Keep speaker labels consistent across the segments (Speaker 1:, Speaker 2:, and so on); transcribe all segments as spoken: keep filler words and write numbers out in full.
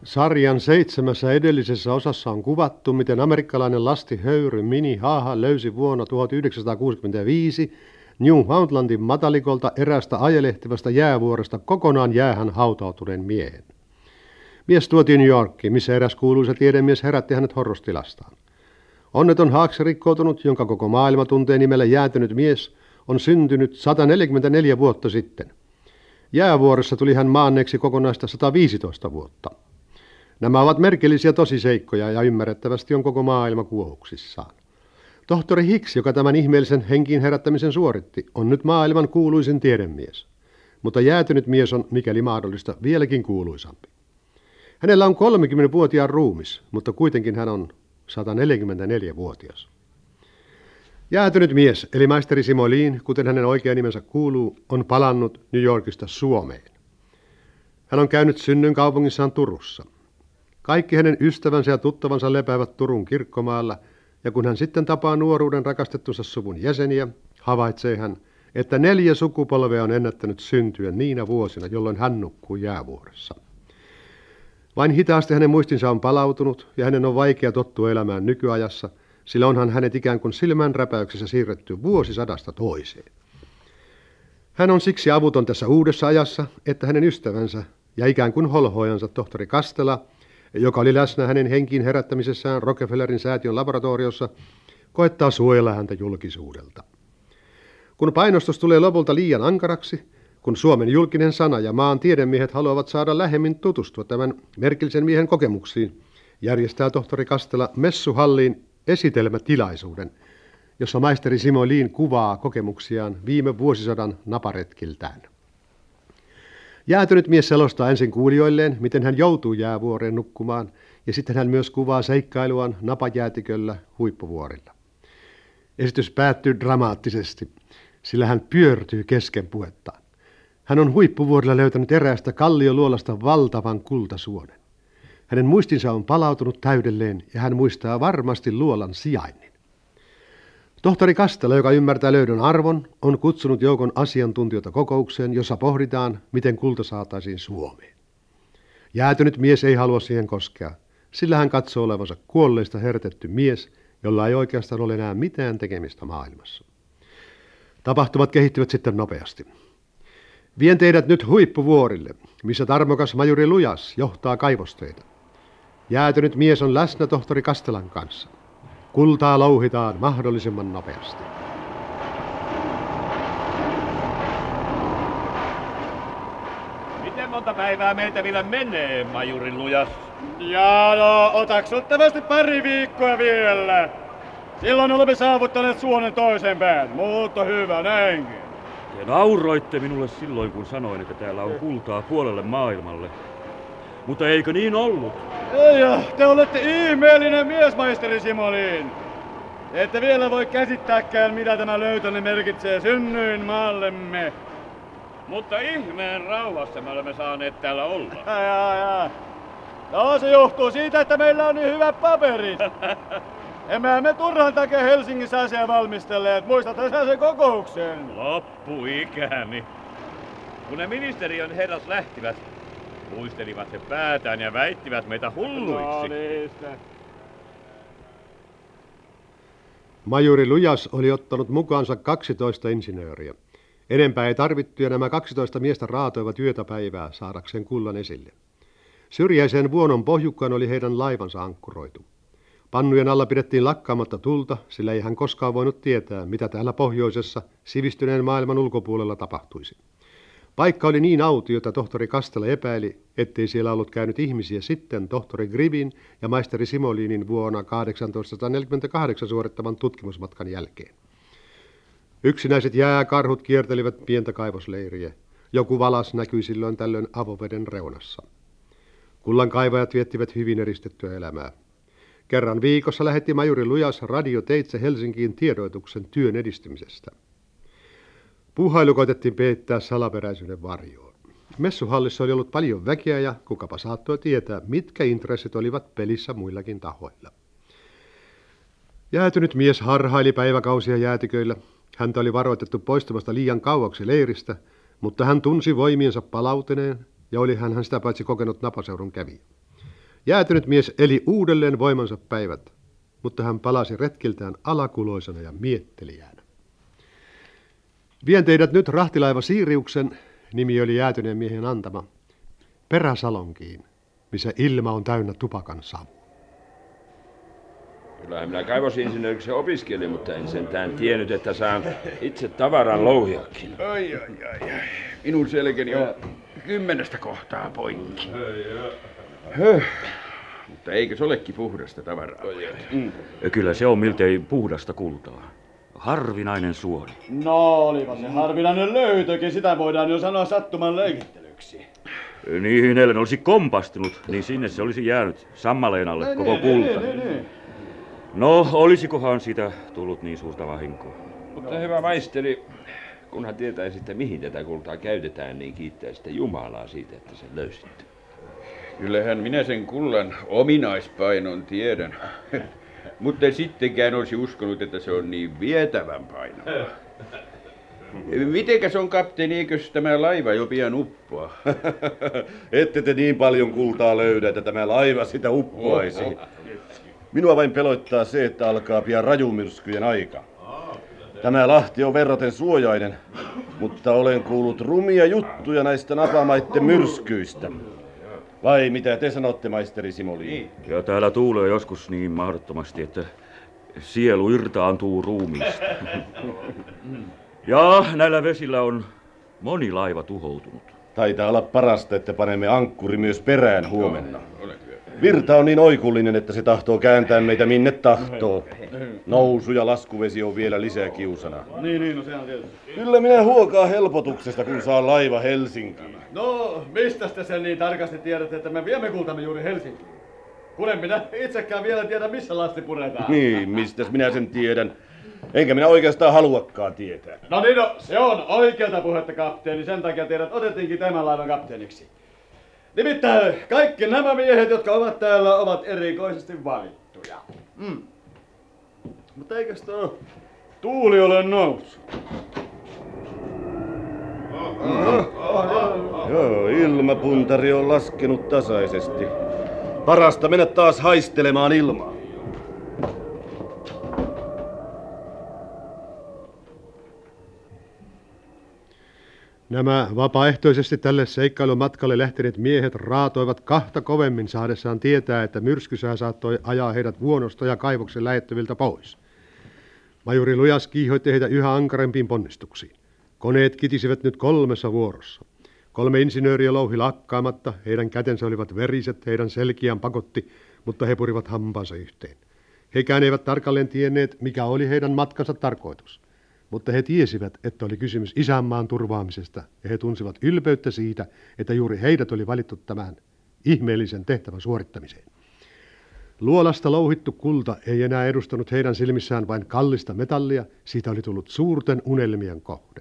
Speaker 1: Sarjan seitsemässä edellisessä osassa on kuvattu, miten amerikkalainen lastihöyry Mini Haha löysi vuonna tuhatyhdeksänsataakuusikymmentäviisi Newfoundlandin matalikolta erästä ajelehtivasta jäävuoresta kokonaan jäähän hautautuneen miehen. Mies tuotiin New Yorkiin, missä eräs kuuluisa tiedemies herätti hänet horrostilastaan. Onneton haaksi rikkoutunut, jonka koko maailma tuntee nimellä jäätynyt mies, on syntynyt sata neljäkymmentäneljä vuotta sitten. Jäävuoressa tuli hän maanneeksi kokonaista sata viisitoista vuotta. Nämä ovat merkillisiä tosiseikkoja ja ymmärrettävästi on koko maailma kuohuksissaan. Tohtori Hicks, joka tämän ihmeellisen henkiin herättämisen suoritti, on nyt maailman kuuluisin tiedemies. Mutta jäätynyt mies on, mikäli mahdollista, vieläkin kuuluisampi. Hänellä on kolmekymmentävuotiaan ruumis, mutta kuitenkin hän on sata neljäkymmentäneljä-vuotias. Jäätynyt mies, eli maisteri Simolin, kuten hänen oikea nimensä kuuluu, on palannut New Yorkista Suomeen. Hän on käynyt synnyin kaupungissaan Turussa. Kaikki hänen ystävänsä ja tuttavansa lepäävät Turun kirkkomaalla, ja kun hän sitten tapaa nuoruuden rakastettunsa suvun jäseniä, havaitsee hän, että neljä sukupolvea on ennättänyt syntyä niinä vuosina, jolloin hän nukkuu jäävuoressa. Vain hitaasti hänen muistinsa on palautunut, ja hänen on vaikea tottua elämään nykyajassa, sillä onhan hänet ikään kuin silmänräpäyksessä siirretty vuosisadasta toiseen. Hän on siksi avuton tässä uudessa ajassa, että hänen ystävänsä ja ikään kuin holhoajansa tohtori Castela, joka oli läsnä hänen henkiin herättämisessään Rockefellerin säätiön laboratoriossa, koettaa suojella häntä julkisuudelta. Kun painostus tulee lopulta liian ankaraksi, kun Suomen julkinen sana ja maan tiedemiehet haluavat saada lähemmin tutustua tämän merkillisen miehen kokemuksiin, järjestää tohtori Castela messuhalliin esitelmätilaisuuden, jossa maisteri Simolin kuvaa kokemuksiaan viime vuosisadan naparetkiltään. Jäätynyt mies selostaa ensin kuulijoilleen, miten hän joutuu jäävuoreen nukkumaan, ja sitten hän myös kuvaa seikkailuaan napajäätiköllä huippuvuorilla. Esitys päättyy dramaattisesti, sillä hän pyörtyy kesken puhettaan. Hän on huippuvuorilla löytänyt eräästä kallioluolasta valtavan kultasuonen. Hänen muistinsa on palautunut täydelleen ja hän muistaa varmasti luolan sijainnin. Tohtori Castela, joka ymmärtää löydön arvon, on kutsunut joukon asiantuntijoita kokoukseen, jossa pohditaan, miten kulta saataisiin Suomeen. Jäätynyt mies ei halua siihen koskea, sillä hän katsoo olevansa kuolleista herätetty mies, jolla ei oikeastaan ole enää mitään tekemistä maailmassa. Tapahtumat kehittyvät sitten nopeasti. Vien teidät nyt huippuvuorille, missä tarmokas majuri Lujas johtaa kaivosteita. Jäätynyt mies on läsnä tohtori Castelan kanssa. Kultaa louhitaan mahdollisimman nopeasti.
Speaker 2: Miten monta päivää meiltä vielä menee, majuri Lujas?
Speaker 3: Ja no, otaksuttavasti pari viikkoa vielä. Silloin olemme saavuttaneet suonen toisen pään, mutta hyvä näinkin.
Speaker 4: Te nauroitte minulle silloin, kun sanoin, että täällä on kultaa puolelle maailmalle. Mutta eikö niin ollut?
Speaker 3: Ei, ja te olette ihmeellinen mies, maisteri Simolin. Ette vielä voi käsittääkään, mitä tämä löytönne merkitsee synnyin maallemme.
Speaker 2: Mutta ihmeen rauhassa me olemme saaneet täällä olla.
Speaker 3: Ja, ja. No, se johtuu siitä, että meillä on niin hyvät paperit. Emme me turhan takia Helsingissä asiaa valmistelleet. Muistathan sä sen kokouksen?
Speaker 2: Loppu ikäni. Kun ne ministeriön herrat lähtivät, muistelivat he päätään ja väittivät meitä hulluiksi.
Speaker 3: No niistä.
Speaker 1: Majuri Lujas oli ottanut mukaansa kaksitoista insinööriä. Enempää ei tarvittu ja nämä kaksitoista miestä raatoivat yötä päivää saadakseen kullan esille. Syrjäiseen vuonon pohjukkaan oli heidän laivansa ankkuroitu. Pannujen alla pidettiin lakkaamatta tulta, sillä ei hän koskaan voinut tietää, mitä täällä pohjoisessa sivistyneen maailman ulkopuolella tapahtuisi. Paikka oli niin autio, että tohtori Castela epäili, ettei siellä ollut käynyt ihmisiä sitten tohtori Gribin ja maisteri Simolinin vuonna tuhatkahdeksansataaneljäkymmentäkahdeksan suorittavan tutkimusmatkan jälkeen. Yksinäiset jääkarhut kiertelivät pientä kaivosleiriä. Joku valas näkyi silloin tällöin avoveden reunassa. Kullankaivajat viettivät hyvin eristettyä elämää. Kerran viikossa lähetti majuri Lujas radioteitse Helsinkiin tiedotuksen työn edistymisestä. Puuhailu koitettiin peittää salaperäisyyden varjoon. Messuhallissa oli ollut paljon väkeä ja kukapa saattoi tietää, mitkä intressit olivat pelissä muillakin tahoilla. Jäätynyt mies harhaili päiväkausia jäätiköillä. Häntä oli varoitettu poistumasta liian kauaksi leiristä, mutta hän tunsi voimiensa palautuneen ja oli hän sitä paitsi kokenut napaseudun kävijä. Jäätynyt mies eli uudelleen voimansa päivät, mutta hän palasi retkiltään alakuloisena ja miettelijänä. Vien teidät nyt rahtilaiva Siiriuksen, nimi oli jäätyneen miehen antama, Peräsalonkiin, missä ilma on täynnä tupakan savua.
Speaker 5: Kyllähän minä kaivosinsinööriksi opiskelin, mutta en sentään tiennyt, että saan itse tavaran louhiakin.
Speaker 6: Ai, ai, ai, ai. Minun selkeni on kymmenestä kohtaa poikki. Höh. Mutta eikö se olekin puhdasta tavaraa?
Speaker 4: Mm. Kyllä se on miltei puhdasta kultaa. Harvinainen suoni.
Speaker 3: No, olipa se harvinainen löytökin. Sitä voidaan jo sanoa sattuman leikittelyksi.
Speaker 4: Niin, ellen olisi kompastunut, niin sinne se olisi jäänyt sammaleenalle
Speaker 3: Ne,
Speaker 4: koko
Speaker 3: ne,
Speaker 4: kulta.
Speaker 3: ne, ne, ne.
Speaker 4: No, olisikohan siitä tullut niin suurta vahinkoa?
Speaker 5: Mutta hyvä maisteri, kunhan tietäisitte mihin tätä kultaa käytetään, niin kiittäisitte Jumalaa siitä, että sen löysitte.
Speaker 6: Kyllähän minä sen kullan ominaispainon tiedän. Mutta sittenkään olisi uskonut, että se on niin vietävän painava. Mitenkäs on, kapteeni, eikös tämä laiva jo pian uppoa?
Speaker 7: Ette te niin paljon kultaa löydä, että tämä laiva sitä uppoaisi. Minua vain pelottaa se, että alkaa pian rajumyrskyjen aika. Tämä lahti on verraten suojainen, mutta olen kuullut rumia juttuja näistä napamaitten myrskyistä. Vai mitä te sanotte, maisteri Simoli?
Speaker 4: Ja täällä tuulee joskus niin mahdottomasti, että sielu irtaantuu ruumiista. Ja näillä vesillä on moni laiva tuhoutunut.
Speaker 7: Taitaa olla parasta, että panemme ankkuri myös perään huomenna. Virta on niin oikullinen, että se tahtoo kääntää meitä minne tahtoo. Nousu- ja laskuvesi on vielä lisää kiusana.
Speaker 3: Niin, niin, no sehän tietysti.
Speaker 7: Kyllä minä huokaa helpotuksesta, kun saa laiva Helsinkiin.
Speaker 3: No, mistä te sen niin tarkasti tiedätte, että me viemme kultamme juuri Helsinkiin? Kun en minä itsekään vielä tiedä, missä lasti puretaan.
Speaker 7: Niin, mistäs minä sen tiedän? Enkä minä oikeastaan haluakaan tietää.
Speaker 3: No niin, no, se on oikeata puhetta, kapteeni. Sen takia teidät otettiinkin tämän laivan kapteeniksi. Nimittäin kaikki nämä miehet, jotka ovat täällä, ovat erikoisesti valittuja. Mm. Mutta eikös tuo tuuli ole noussut?
Speaker 7: Joo, ilmapuntari on laskenut tasaisesti. Parasta mennä taas haistelemaan ilmaa.
Speaker 1: Nämä vapaaehtoisesti tälle seikkailumatkalle lähteneet miehet raatoivat kahta kovemmin saadessaan tietää, että myrskysää saattoi ajaa heidät vuonosta ja kaivoksen lähettyviltä pois. Majuri Lujas kiihoitti heitä yhä ankarempiin ponnistuksiin. Koneet kitisivät nyt kolmessa vuorossa. Kolme insinööriä louhi lakkaamatta, heidän kätensä olivat veriset, heidän selkiään pakotti, mutta he purivat hampaansa yhteen. Hekään eivät tarkalleen tienneet, mikä oli heidän matkansa tarkoitus. Mutta he tiesivät, että oli kysymys isänmaan turvaamisesta, ja he tunsivat ylpeyttä siitä, että juuri heidät oli valittu tämän ihmeellisen tehtävän suorittamiseen. Luolasta louhittu kulta ei enää edustanut heidän silmissään vain kallista metallia, siitä oli tullut suurten unelmien kohde.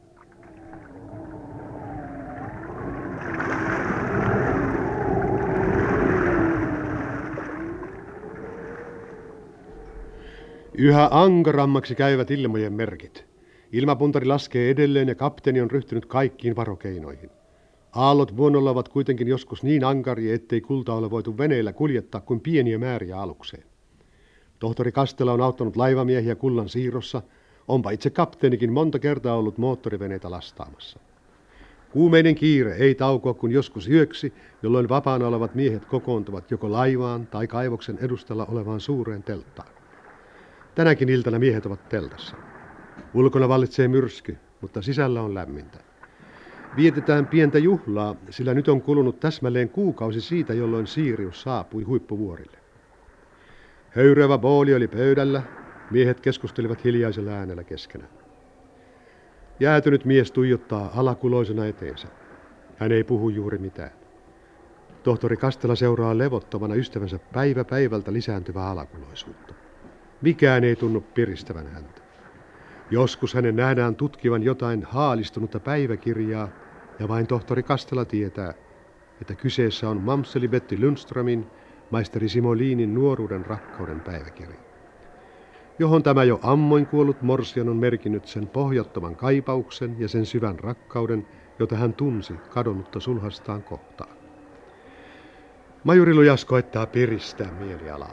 Speaker 1: Yhä ankarammaksi käyvät ilmojen merkit. Ilmapuntari laskee edelleen ja kapteeni on ryhtynyt kaikkiin varokeinoihin. Aallot vuonnolla ovat kuitenkin joskus niin ankaria, ettei kultaa ole voitu veneillä kuljettaa kuin pieniä määriä alukseen. Tohtori Kastela on auttanut laivamiehiä kullan siirrossa, onpa itse kapteenikin monta kertaa ollut moottoriveneitä lastaamassa. Kuumeinen kiire ei taukoa kuin joskus yöksi, jolloin vapaana olevat miehet kokoontuvat joko laivaan tai kaivoksen edustalla olevaan suureen telttaan. Tänäkin iltana miehet ovat teltassa. Ulkona vallitsee myrsky, mutta sisällä on lämmintä. Vietetään pientä juhlaa, sillä nyt on kulunut täsmälleen kuukausi siitä, jolloin Siirius saapui huippuvuorille. Höyryävä booli oli pöydällä, miehet keskustelivat hiljaisella äänellä keskenään. Jäätynyt mies tuijottaa alakuloisena eteensä. Hän ei puhu juuri mitään. Tohtori Kastela seuraa levottomana ystävänsä päivä päivältä lisääntyvää alakuloisuutta. Mikään ei tunnu piristävän häntä. Joskus hänen nähdään tutkivan jotain haalistunutta päiväkirjaa, ja vain tohtori Kastela tietää, että kyseessä on mamseli Betty Lundströmin, maisteri Simolinin nuoruuden rakkauden päiväkirja, johon tämä jo ammoin kuollut morsian on merkinnyt sen pohjattoman kaipauksen ja sen syvän rakkauden, jota hän tunsi kadonnutta sulhastaan kohtaan. Majuri Lujas koettaa piristää mielialaa.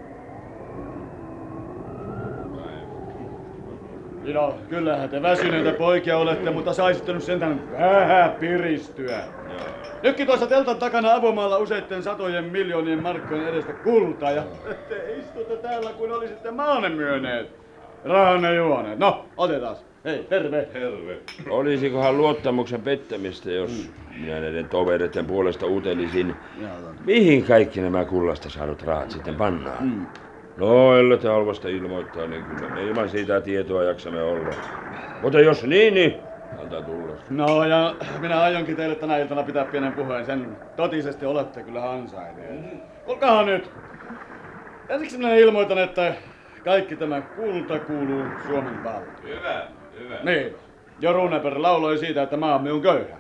Speaker 3: No, kyllähän te väsyneitä poikia olette, mutta saisitte nyt sentään vähän piristyä. Nytkin tuossa teltan takana avomaalla useitten satojen miljoonien markkojen edestä kultaa ja te istutte täällä kuin olisitte maanne myöneet. Rahanne juoneet. No, otetaan. Hei, terve.
Speaker 7: Terve.
Speaker 5: Olisikohan luottamuksen pettämistä, jos minä näiden tovereiden puolesta utelisin, mihin kaikki nämä kullasta saadut rahat sitten pannaan? Mm. No, ellei te halvasta ilmoittaa, niin kyllä me ilman siitä tietoa jaksamme olla. Mutta jos niin, niin antaa tulla.
Speaker 3: No, ja minä aionkin teille tänä iltana pitää pienen puheen. Sen totisesti olette kyllä ansainneet. Mm. Olkaahan nyt. Ensiksi minä ilmoitan, että kaikki tämä kulta kuuluu Suomen valtioon.
Speaker 7: Hyvä, hyvä.
Speaker 3: Niin. Jo Runeberg lauloi siitä, että maamme on köyhä.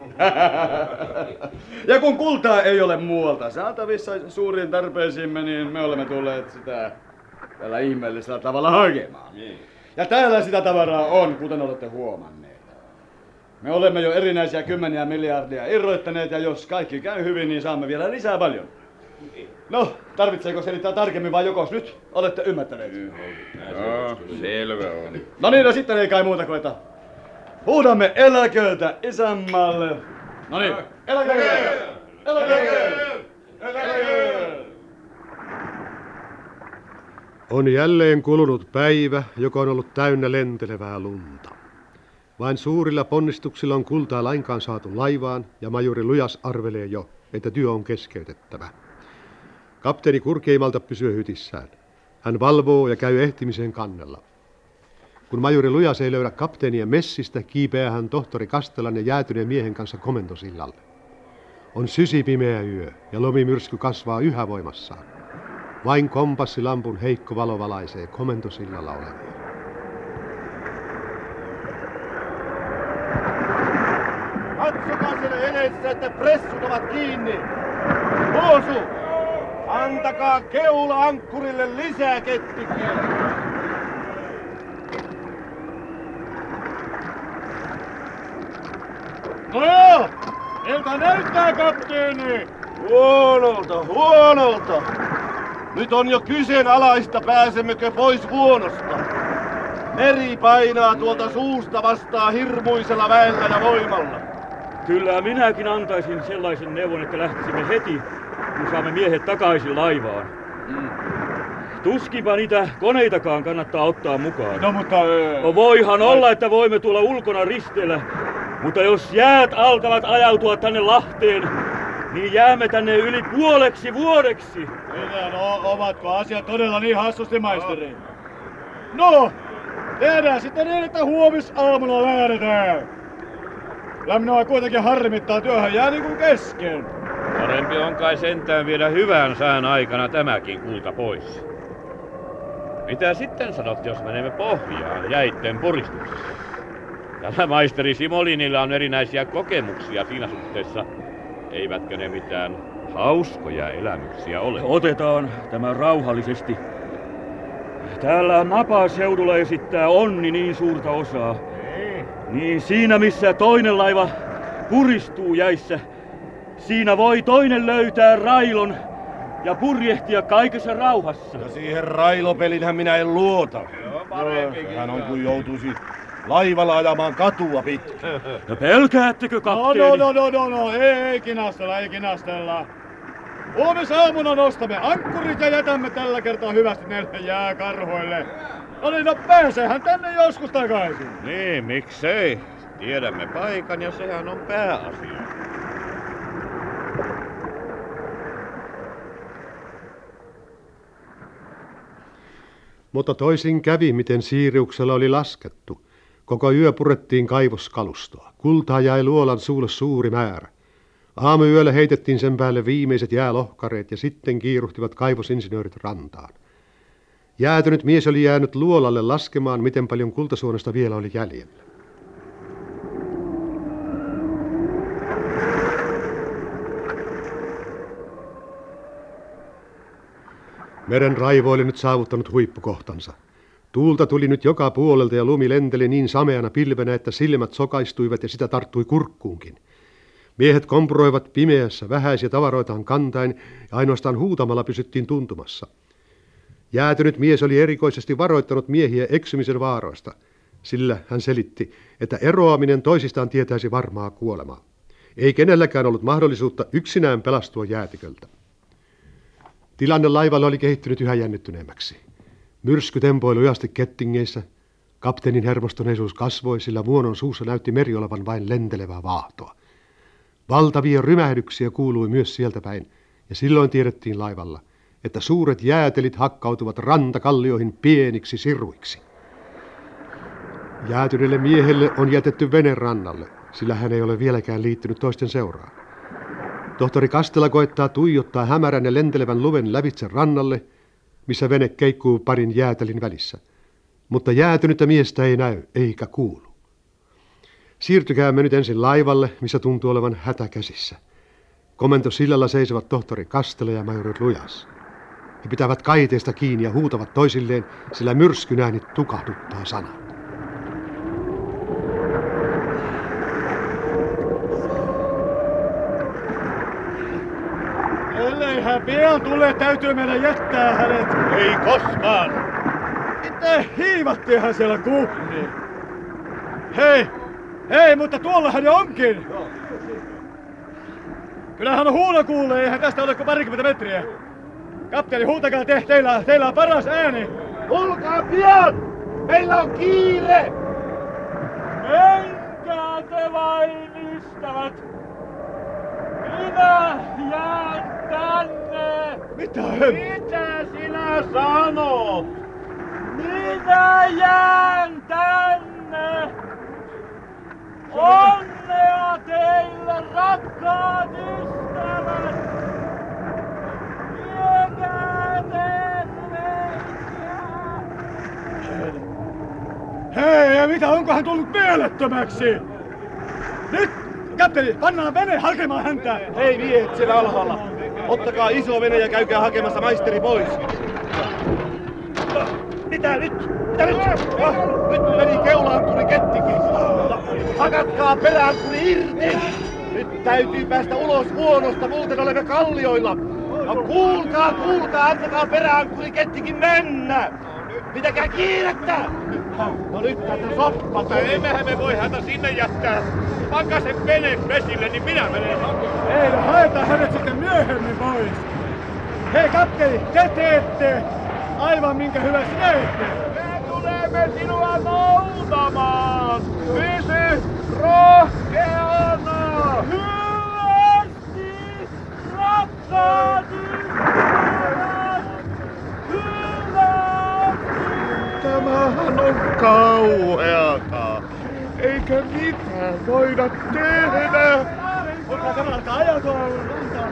Speaker 3: Ja kun kultaa ei ole muualta saatavissa suuriin tarpeisiimme, niin me olemme tulleet sitä tällä ihmeellisellä tavalla hakemaan. Niin. Ja täällä sitä tavaraa on, kuten olette huomanneet. Me olemme jo erinäisiä kymmeniä miljardia irroittaneet, ja jos kaikki käy hyvin, niin saamme vielä lisää paljon. No, tarvitseeko selittää tarkemmin vai jokos nyt olette ymmärtäneet?
Speaker 6: No, selvä on.
Speaker 3: No niin, no sitten ei kai muuta kuin, että huudamme eläköötä isänmaalle. No niin, eläköötä! Eläköötä! Eläköötä!
Speaker 1: On jälleen kulunut päivä, joka on ollut täynnä lentelevää lunta. Vain suurilla ponnistuksilla on kultaa lainkaan saatu laivaan, ja majuri Lujas arvelee jo, että työ on keskeytettävä. Kapteeni Kurkeimalta pysyy hytissään. Hän valvoo ja käy ehtimisen kannella. Kun majuri Lujas ei löydä kapteenien messistä, kiipeää hän tohtori Kastelan ja jäätyneen miehen kanssa komentosillalle. On sysipimeä yö, ja lumimyrsky kasvaa yhä voimassaan. Vain kompassilampun heikko valo valaisee komentosillalla olevia.
Speaker 8: Katsokaa siellä edessä, että pressut ovat kiinni! Hoosu! Antakaa keula-ankkurille lisää kettikiä!
Speaker 3: No joo! Miltä näyttää, kapteeni?
Speaker 8: Huonolta, huonolta! Nyt on jo kyseenalaista, pääsemmekö pois vuonosta. Meri painaa tuolta suusta vastaan hirmuisella väellä ja voimalla.
Speaker 4: Kyllä minäkin antaisin sellaisen neuvon, että lähtisimme heti, kun saamme miehet takaisin laivaan. Mm. Tuskinpa niitä koneitakaan kannattaa ottaa mukaan.
Speaker 3: No mutta...
Speaker 4: No voihan olla, että voimme tuolla ulkona risteillä, mutta jos jäät alkavat ajautua tänne Lahteen, niin jäämme tänne yli puoleksi vuodeksi.
Speaker 3: Mitä, no, ovatko asiat todella niin hassusti, maisteri? No, tehdään sitten niin, että huomisaamuna lähdetään. Kyllä minua kuitenkin harmittaa, työhön jää niin kuin kesken.
Speaker 2: Parempi on kai sentään viedä hyvän sään aikana tämäkin kulta pois. Mitä sitten sanot, jos menemme pohjaan jäitten puristuksessa? Tällä maisteri Simolinilla on erinäisiä kokemuksia siinä suhteessa. Eivätkö ne mitään hauskoja elämyksiä ole?
Speaker 4: Otetaan tämä rauhallisesti. Täällä napaseudulla esittää onni niin suurta osaa. Niin siinä missä toinen laiva puristuu jäissä, siinä voi toinen löytää railon ja purjehtia kaikessa rauhassa.
Speaker 8: Ja siihen railopelinhän minä en luota. Hän on kuin joutuisi laivalla ajamaan katua pitkin.
Speaker 4: Ja pelkäättekö, kapteeni?
Speaker 3: No, no, no, no, no, ei kinastella, ei kinastella. Huomisaamuna nostamme ankkurit ja jätämme tällä kertaa hyvästi näille jääkarhoille. No niin, no pääseehän tänne joskus takaisin.
Speaker 2: Niin, miksei? Tiedämme paikan ja sehän on pääasia.
Speaker 1: Mutta toisin kävi, miten Siiriuksella oli laskettu. Koko yö purettiin kaivoskalustoa. Kultaa jäi luolan suulle suuri määrä. Aamuyöllä heitettiin sen päälle viimeiset jäälohkareet ja sitten kiiruhtivat kaivosinsinöörit rantaan. Jäätynyt mies oli jäänyt luolalle laskemaan, miten paljon kultasuonesta vielä oli jäljellä. Meren raivo oli nyt saavuttanut huippukohtansa. Tuulta tuli nyt joka puolelta ja lumi lenteli niin sameana pilvenä, että silmät sokaistuivat ja sitä tarttui kurkkuunkin. Miehet kompuroivat pimeässä vähäisiä tavaroitaan kantain ja ainoastaan huutamalla pysyttiin tuntumassa. Jäätynyt mies oli erikoisesti varoittanut miehiä eksymisen vaaroista, sillä hän selitti, että eroaminen toisistaan tietäisi varmaa kuolemaa. Ei kenelläkään ollut mahdollisuutta yksinään pelastua jäätiköltä. Tilanne laivalla oli kehittynyt yhä jännittyneemmäksi. Myrsky tempoi lujasti kettingeissä. Kapteenin hermostuneisuus kasvoi, sillä vuonon suussa näytti meri olevan vain lentelevää vaahtoa. Valtavia rymähdyksiä kuului myös sieltä päin, ja silloin tiedettiin laivalla, että suuret jäätelit hakkautuvat rantakallioihin pieniksi siruiksi. Jäätyneelle miehelle on jätetty vene rannalle, sillä hän ei ole vieläkään liittynyt toisten seuraan. Tohtori Kastela koettaa tuijottaa hämärän ja lentelevän lumen lävitse rannalle, missä vene keikkuu parin jäätelin välissä. Mutta jäätynyttä miestä ei näy eikä kuulu. Siirtykäämme nyt ensin laivalle, missä tuntuu olevan hätä käsissä. Komentosillalla seisovat tohtori Kastela ja majori Lujas. He pitävät kaiteesta kiinni ja huutavat toisilleen, sillä myrskyn ääni tukahduttaa sanat.
Speaker 3: Ellei hän pian tule, täytyy meidän jättää hänet.
Speaker 8: Ei koskaan.
Speaker 3: Mitä hiivattiinhan siellä kuhnii? Hei! Hei, mutta tuolla hän jo onkin! Kyllähän huulo kuulee, eihän tästä ole kuin parikymmentä metriä. Kapteeni, huutakaa te, teillä, teillä on paras ääni.
Speaker 8: Tulkaa pian! Meillä on kiire!
Speaker 4: Menkää te vain, ystävät! Minä jään tänne!
Speaker 3: Mitä hän?
Speaker 4: Mitä sinä sanot? Minä jään tänne! Onnea teille, rakkaat ystävät! Viekää terveisiä!
Speaker 3: Hei, ja mitä, onko hän tullut mielettömäksi? Nyt, kapteeni, pannaan vene hakemaan häntä!
Speaker 8: Hei miehet siellä alhaalla. Ottakaa iso vene ja käykää hakemassa maisteri pois. Mitä nyt? Mitä nyt? Oh, nyt meni keula-ankkuri kettikin. Hakatkaa peräankkuri irti! Nyt täytyy päästä ulos vuonosta, muuten olemme kallioilla. No kuulkaa, kuulkaa, antakaa peräankkuri kettikin mennä! Pitäkää kiirettä! No nyt tätä soppa.
Speaker 2: Mutta emmehän me voi häntä sinne jättää. Pankaa sen veneen vesille, niin minä menen hakemaan.
Speaker 3: Ei, no haetaan hänet sitten myöhemmin pois. Hei kapteeni, te teette aivan minkä hyväksi teette.
Speaker 2: Me tulemme sinua noutamaan. Pysy rohkeana.
Speaker 4: Hyvästi, rakkaat ystävät! Hyvästi!
Speaker 8: Tämähän on kauheata. Eikä mitään voida tehdä.
Speaker 3: Olkaa tämä alkaa ajautua rantaan.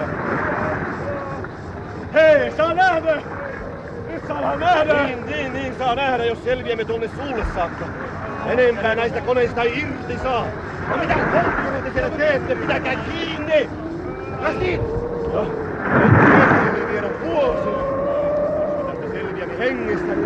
Speaker 3: Hei, saa nähdä! Nyt saadaan nähdä!
Speaker 8: Niin, niin, niin saa nähdä, jos selviämme tuonne suulle saakka. Enempää näistä koneista ei irti saa. No mitä kolkkoja te siellä teette? Pitäkää kiinni! Käsiin! No, nyt ei viedä vuosia. Jos me tästä selviämme hengissä.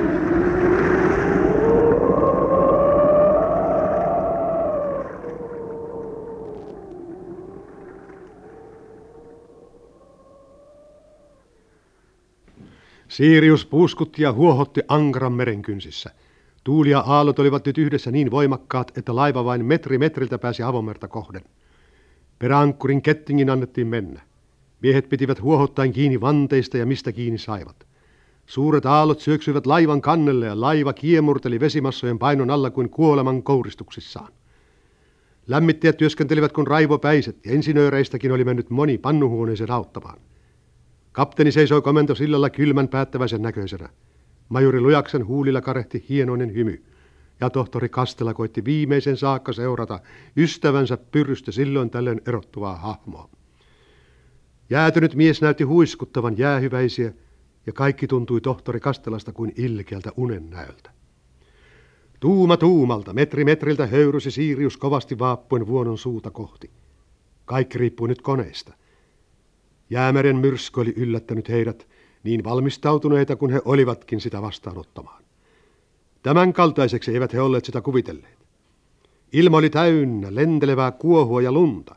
Speaker 1: Sirius puuskutti ja huohotti ankaran merenkynsissä. Tuuli ja aallot olivat nyt yhdessä niin voimakkaat, että laiva vain metri metriltä pääsi avomerta kohden. Peräankkurin kettingin annettiin mennä. Miehet pitivät huohottaen kiinni vanteista ja mistä kiinni saivat. Suuret aallot syöksyivät laivan kannelle ja laiva kiemurteli vesimassojen painon alla kuin kuoleman kouristuksissaan. Lämmittäjät työskentelivät kuin raivopäiset ja insinööreistäkin oli mennyt moni pannuhuoneeseen auttamaan. Kapteeni seisoi komentosillalla kylmän päättäväisen näköisenä. Majuri Lujaksen huulilla karehti hienoinen hymy, ja tohtori Kastela koitti viimeisen saakka seurata ystävänsä pyrystä silloin tällöin erottuvaa hahmoa. Jäätynyt mies näytti huiskuttavan jäähyväisiä, ja kaikki tuntui tohtori Kastelasta kuin ilkeältä unennäöltä. Tuuma tuumalta, metri metriltä höyrysi Sirius kovasti vaappuen vuonon suuta kohti. Kaikki riippui nyt koneista. Jäämeren myrsky oli yllättänyt heidät, niin valmistautuneita kuin he olivatkin sitä vastaanottamaan. Tämän kaltaiseksi eivät he olleet sitä kuvitelleet. Ilma oli täynnä lentelevää kuohua ja lunta.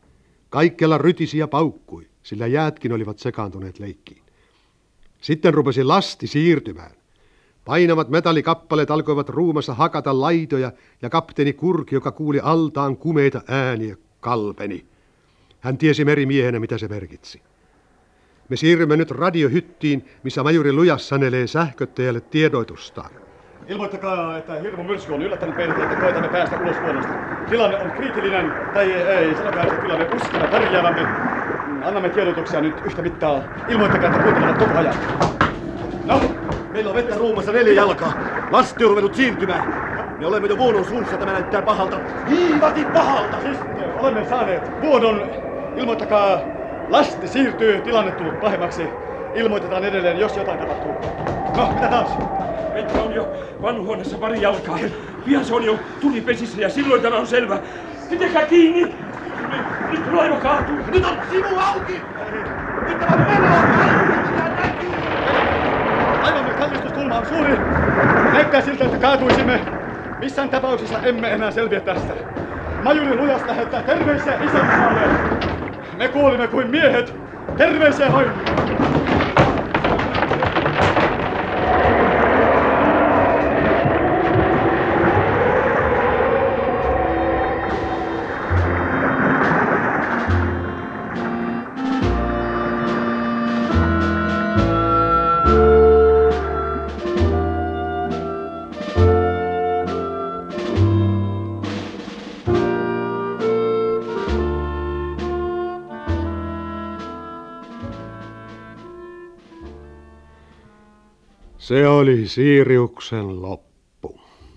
Speaker 1: Kaikkialla rytisi ja paukkui, sillä jäätkin olivat sekaantuneet leikkiin. Sitten rupesi lasti siirtymään. Painavat metallikappaleet alkoivat ruumassa hakata laitoja ja kapteeni Kurki, joka kuuli altaan kumeita ääniä, kalpeni. Hän tiesi merimiehenä, mitä se merkitsi. Me siirrymme nyt radiohyttiin, missä majuri Lujas sanelee sähköttäjälle tiedoitustaan.
Speaker 3: Ilmoittakaa, että hirmumyrsky on yllättänyt meidät, että koetamme päästä ulos vuonosta. Tilanne on kriitillinen, tai ei, sanokaa, että kyllä me uskomme pärjäävämme. Annamme tiedotuksia nyt yhtä mittaa. Ilmoittakaa, että kuuntelevat koko ajan. No,
Speaker 8: Meillä on vettä ruumassa neljä jalkaa. Lasti on ruvennut siirtymään. Me olemme jo vuonon suussa, tämä näyttää pahalta. Hiivati pahalta!
Speaker 3: siis olemme saaneet vuodon. Ilmoittakaa, lasti siirtyy, tilanne tullut pahemmaksi. Ilmoitetaan edelleen, jos jotain tapahtuu. No, mitä taas?
Speaker 4: Vettä on jo vanhuoneessa pari jalkaa. Pian se on jo tulipesissä ja silloin tämä on selvä. Pitäkää kiinni! Nyt, nyt laiva kaatuu!
Speaker 8: Nyt on sivu auki! Nyt tämä meno!
Speaker 3: Laivamme kallistuskulma on suuri. Näyttää siltä, että kaatuisimme. Missään tapauksessa emme enää selviä tästä. Majuri Lujas lähettää terveisiä isäntäälle. Me kuulimme kuin miehet. Terveisiä vain!
Speaker 1: Se oli Siriuksen loppu.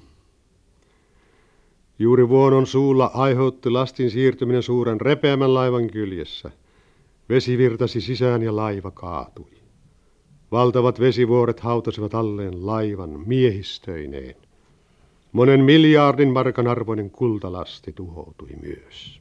Speaker 1: Juuri vuonon suulla aiheutti lastin siirtyminen suuren repeämän laivan kyljessä. Vesi virtasi sisään ja laiva kaatui. Valtavat vesivuoret hautasivat alleen laivan miehistöineen. Monen miljardin markan arvoinen kultalasti tuhoutui myös.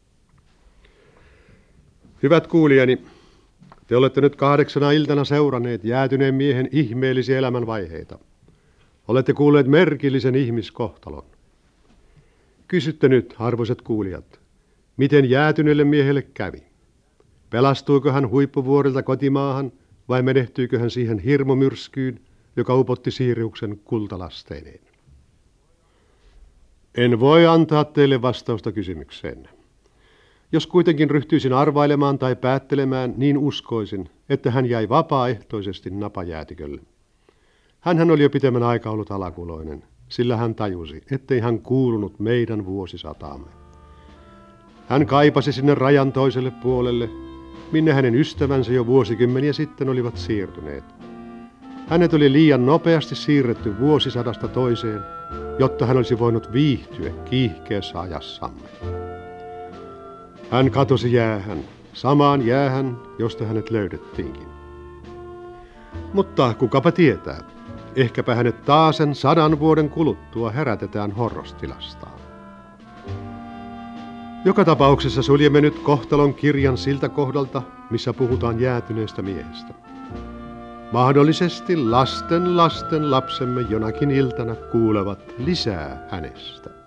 Speaker 1: Hyvät kuulijani, te olette nyt kahdeksana iltana seuranneet jäätyneen miehen ihmeellisiä elämänvaiheita. Olette kuulleet merkillisen ihmiskohtalon. Kysytte nyt, arvoisat kuulijat, miten jäätyneelle miehelle kävi? Pelastuiko hän huippuvuorilta kotimaahan vai menehtyikö hän siihen hirmumyrskyyn, joka upotti Siriuksen kultalasteineen? En voi antaa teille vastausta kysymykseen. Jos kuitenkin ryhtyisin arvailemaan tai päättelemään, niin uskoisin, että hän jäi vapaaehtoisesti napajäätikölle. Hänhän oli jo pitemmän aikaa ollut alakuloinen, sillä hän tajusi, ettei hän kuulunut meidän vuosisataamme. Hän kaipasi sinne rajan toiselle puolelle, minne hänen ystävänsä jo vuosikymmeniä sitten olivat siirtyneet. Hänet oli liian nopeasti siirretty vuosisadasta toiseen, jotta hän olisi voinut viihtyä kiihkeässä ajassamme. Hän katosi jäähän, samaan jäähän, josta hänet löydettiinkin. Mutta kukapa tietää, ehkäpä hänet taasen sadan vuoden kuluttua herätetään horrostilastaan. Joka tapauksessa suljemme nyt kohtalon kirjan siltä kohdalta, missä puhutaan jäätyneestä miehestä. Mahdollisesti lasten lasten lapsemme jonakin iltana kuulevat lisää hänestä.